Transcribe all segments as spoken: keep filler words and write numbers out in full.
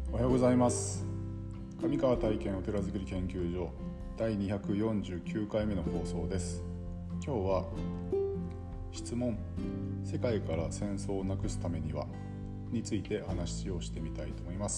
おはようございます。上川体験お寺づくり研究所だいにひゃくよんじゅうきゅうかいめの放送です。今日は質問、世界から戦争をなくすためにはについて話をしてみたいと思います。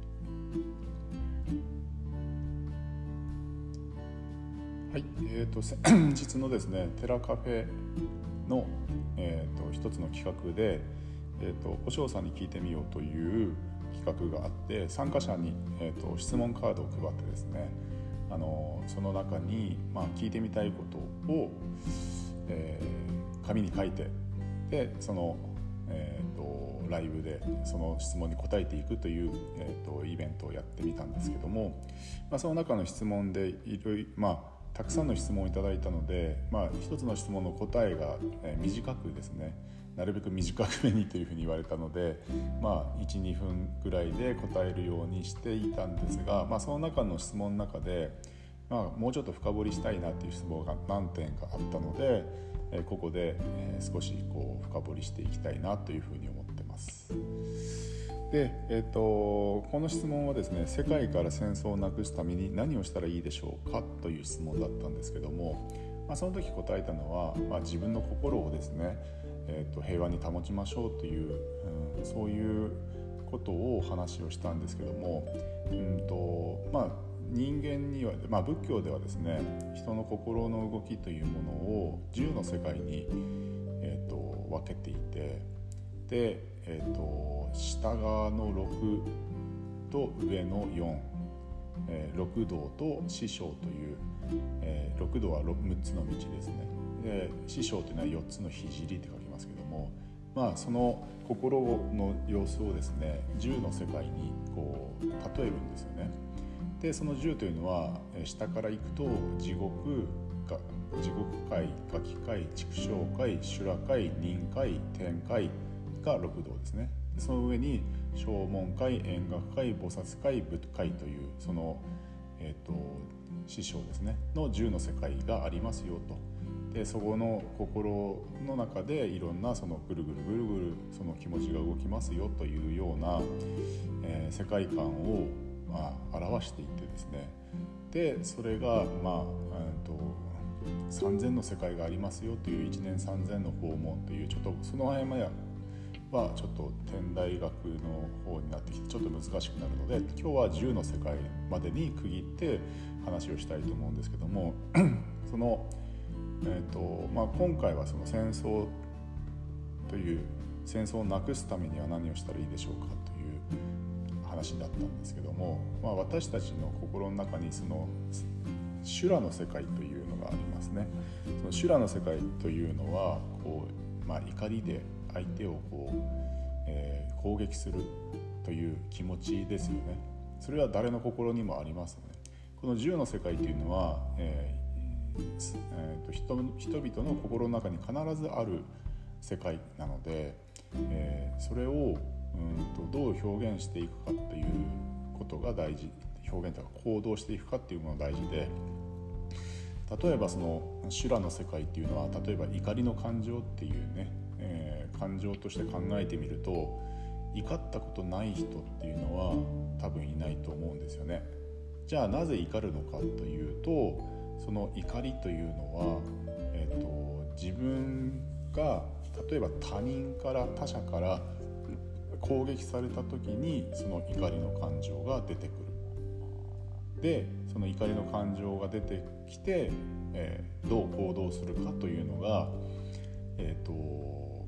はい、えーと先日のですねテラカフェの、えーと一つの企画で、えーとお嬢さんに聞いてみようという企画があって、参加者に、えーと質問カードを配ってですね、あのその中に、まあ、聞いてみたいことを、えー、紙に書いて、でその、えーとライブでその質問に答えていくという、えーとイベントをやってみたんですけども、まあ、その中の質問でいろいろ、まあ、たくさんの質問をいただいたので、まあ、一つの質問の答えが、えー、短くですね、なるべく短くめにというふうに言われたので、まあ、いち、にふんぐらいで答えるようにしていたんですが、まあ、その中の質問の中で、まあ、もうちょっと深掘りしたいなという質問が何点かあったので、えー、ここで、えー、少しこう深掘りしていきたいなというふうに思ってます。で、えーと、この質問はですね、世界から戦争をなくすために何をしたらいいでしょうかという質問だったんですけども、まあ、その時答えたのは、まあ、自分の心をですね、えーと、平和に保ちましょうという、うん、そういうことを話をしたんですけども、うんとまあ、人間には、まあ、仏教ではですね、人の心の動きというものをじゅうの世界に、えーと、分けていて、で、えーと、下側のろくと上のよん、えー、六道と師匠という、えー、六道はむっつの道ですね。で、師匠というのはよっつの聖って書きますけども、まあ、その心の様子をですね、じゅうの世界にこう例えるんですよね。で、そのじゅうというのは、下から行くと地獄が地獄界、餓鬼界、畜生界、修羅界、人界、天界が六道ですね。その上に正門界、円覚界、菩薩界、仏界というその、えーと、師匠ですねのじゅうの世界がありますよと。で、そこの心の中でいろんなそのぐるぐるぐるぐるその気持ちが動きますよというような、えー、世界観を、まあ、表していってですね、でそれが、まあ、えーとさんぜんの世界がありますよといういちねんさんぜんの訪問という、ちょっとその辺はちょっと天台学の方になってきてちょっと難しくなるので、今日はじゅうの世界までに区切って話をしたいと思うんですけどもその、えーとまあ、今回はその戦争という戦争をなくすためには何をしたらいいでしょうかという話だったんですけども、まあ、私たちの心の中にその修羅の世界というのがありますね。その修羅の世界というのはこう、まあ、怒りで相手をこう、えー、攻撃するという気持ちですよね。それは誰の心にもありますね。このじゅうの世界というのは、えーえー、と 人, 人々の心の中に必ずある世界なので、えー、それをうんとどう表現していくかということが大事、表現というか行動していくかというものが大事で、例えばその修羅の世界っていうのは、例えば怒りの感情っていうね、えー、感情として考えてみると、怒ったことない人っていうのは多分いないと思うんですよね。じゃあなぜ怒るのかというと、その怒りというのは、えーと、自分が例えば他人から他者から攻撃された時にその怒りの感情が出てくる。で、その怒りの感情が出てきて、えー、どう行動するかというのが、えーと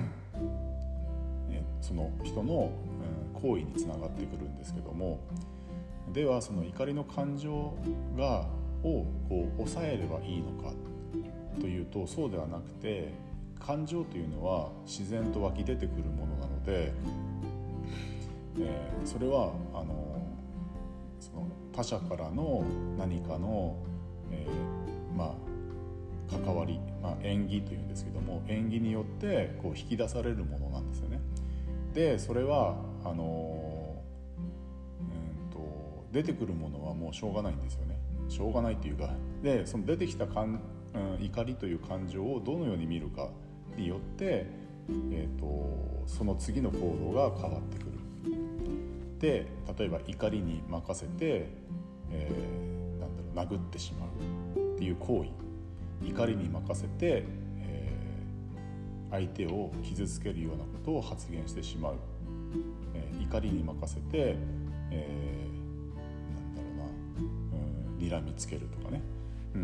えー、その人の、うん、行為につながってくるんですけども、ではその怒りの感情がをこう抑えればいいのかというと、そうではなくて、感情というのは自然と湧き出てくるものなので、えー、それはあのその他者からの何かの、えー、まあ関わり、まあ、縁起というんですけども、縁起によってこう引き出されるものなんですよね。で、それはあのー、うんと出てくるものはもうしょうがないんですよね。しょうがないというか、でその出てきたかん、うん、怒りという感情をどのように見るかによって、えーと、その次の行動が変わってくる。 で例えば怒りに任せて、えー、なんだろう殴ってしまうっていう行為、怒りに任せて、えー、相手を傷つけるようなことを発言してしまう、えー、怒りに任せて、えー、なんだろうな、うん、睨みつけるとかね、うん、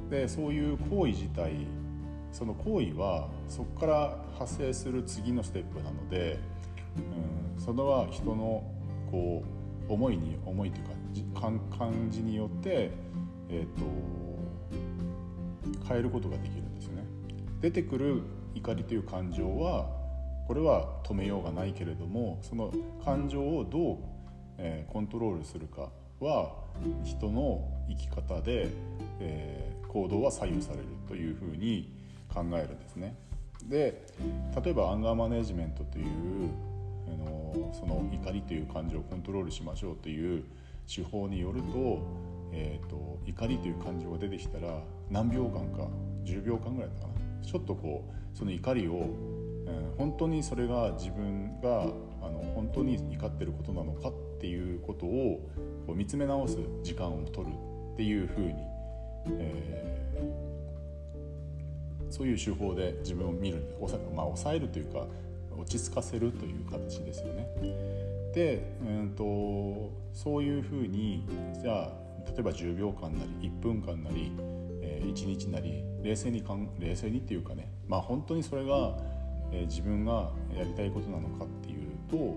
でそういう行為自体、その行為はそこから発生する次のステップなので、うん、それは人のこう思いに思いというか感じによって、えーと、変えることができるんですよね。出てくる怒りという感情はこれは止めようがないけれども、その感情をどう、えー、コントロールするかは人の生き方で、えー、行動は左右されるというふうに考えるんですね。で、例えばアンガーマネジメントというあのその怒りという感情をコントロールしましょうという手法によると、えーと、怒りという感情が出てきたら何秒間かじゅうびょうかんぐらいだったかな、ちょっとこうその怒りを、えー、本当にそれが自分があの本当に怒ってることなのかっていうことをこう見つめ直す時間を取るっていうふうに、えー、そういう手法で自分を見る、まあ、抑えるというか落ち着かせるという形ですよね。で、うんと、そういうふうにじゃあ例えばじゅうびょうかんなりいっぷんかんなり、えー、いちにちなり冷静にかん冷静にっていうかね、まあ本当にそれが、えー、自分がやりたいことなのかっていうと、うん、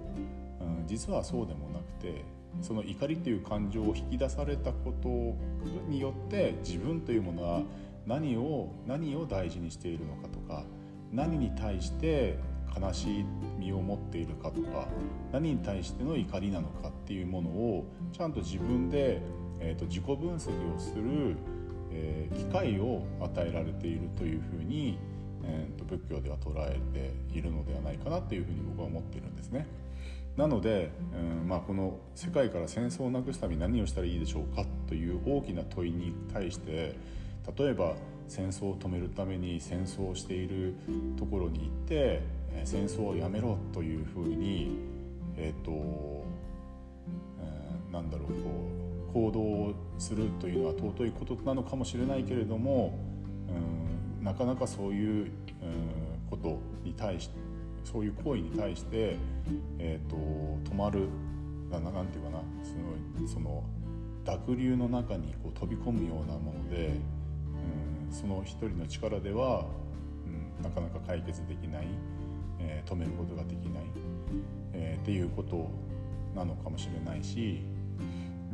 実はそうでもなくて、その怒りという感情を引き出されたことによって自分というものは何を何を大事にしているのかとか、何に対して悲しみを持っているかとか、何に対しての怒りなのかっていうものをちゃんと自分で、えーと、自己分析をする、えー、機会を与えられているというふうに、えーと、仏教では捉えているのではないかなというふうに僕は思っているんですね。なので、うんまあ、この世界から戦争をなくすために何をしたらいいでしょうかという大きな問いに対して、例えば戦争を止めるために戦争をしているところに行って戦争をやめろというふうに、えーとえー、なんだろうこう行動をするというのは尊いことなのかもしれないけれども、うん、なかなかそういう、うん、ことに対してそういう行為に対して、えーと、止まるな、なんていうかな、その、その濁流の中にこう飛び込むようなもので、うん、その一人の力では、うん、なかなか解決できない、えー、止めることができない、えー、っていうことなのかもしれないし、うん、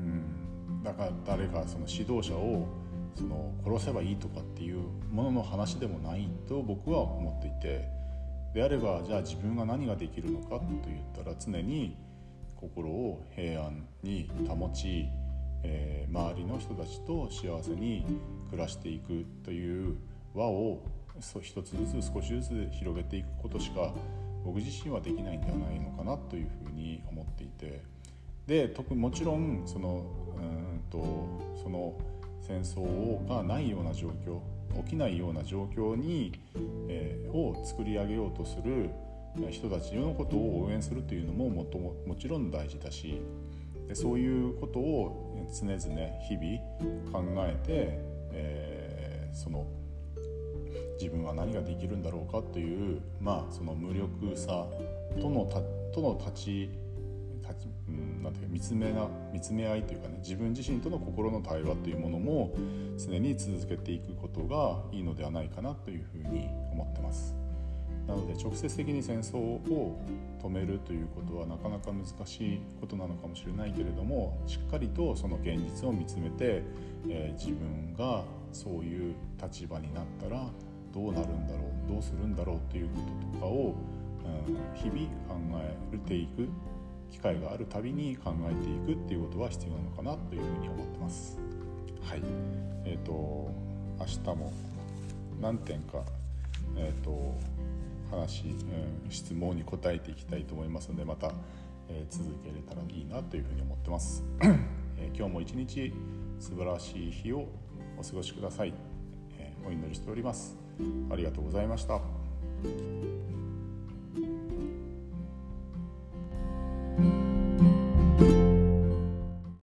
だから誰かその指導者をその殺せばいいとかっていうものの話でもないと僕は思っていて、であればじゃあ自分が何ができるのかといったら、常に心を平安に保ち、えー、周りの人たちと幸せに暮らしていくという輪を一つずつ少しずつ広げていくことしか僕自身はできないんではないのかなというふうに思っていて、で特にもちろんその、うんとその戦争がないような状況、起きないような状況に、えー、を作り上げようとする人たちのことを応援するというのも も, とも, もちろん大事だし、でそういうことを常々日々考えて、えー、その自分は何ができるんだろうかという、まあ、その無力さとのたとの立ち立ち、うん、なんていうか見つめな見つめ合いというかね、自分自身との心の対話というものも常に続けていくことがいいのではないかなというふうに思ってます。なので直接的に戦争を止めるということはなかなか難しいことなのかもしれないけれども、しっかりとその現実を見つめて、えー、自分がそういう立場になったらどうなるんだろう、どうするんだろうということとかを、うん、日々考えていく機会があるたびに考えていくっていうことは必要なのかなというふうに思ってます。はい、えーと明日も何点か、えーと話、うん、質問に答えていきたいと思いますので、また、えー、続けれたらいいなというふうに思ってます、えー、今日も一日素晴らしい日をお過ごしください、えー、お祈りしております。ありがとうございました。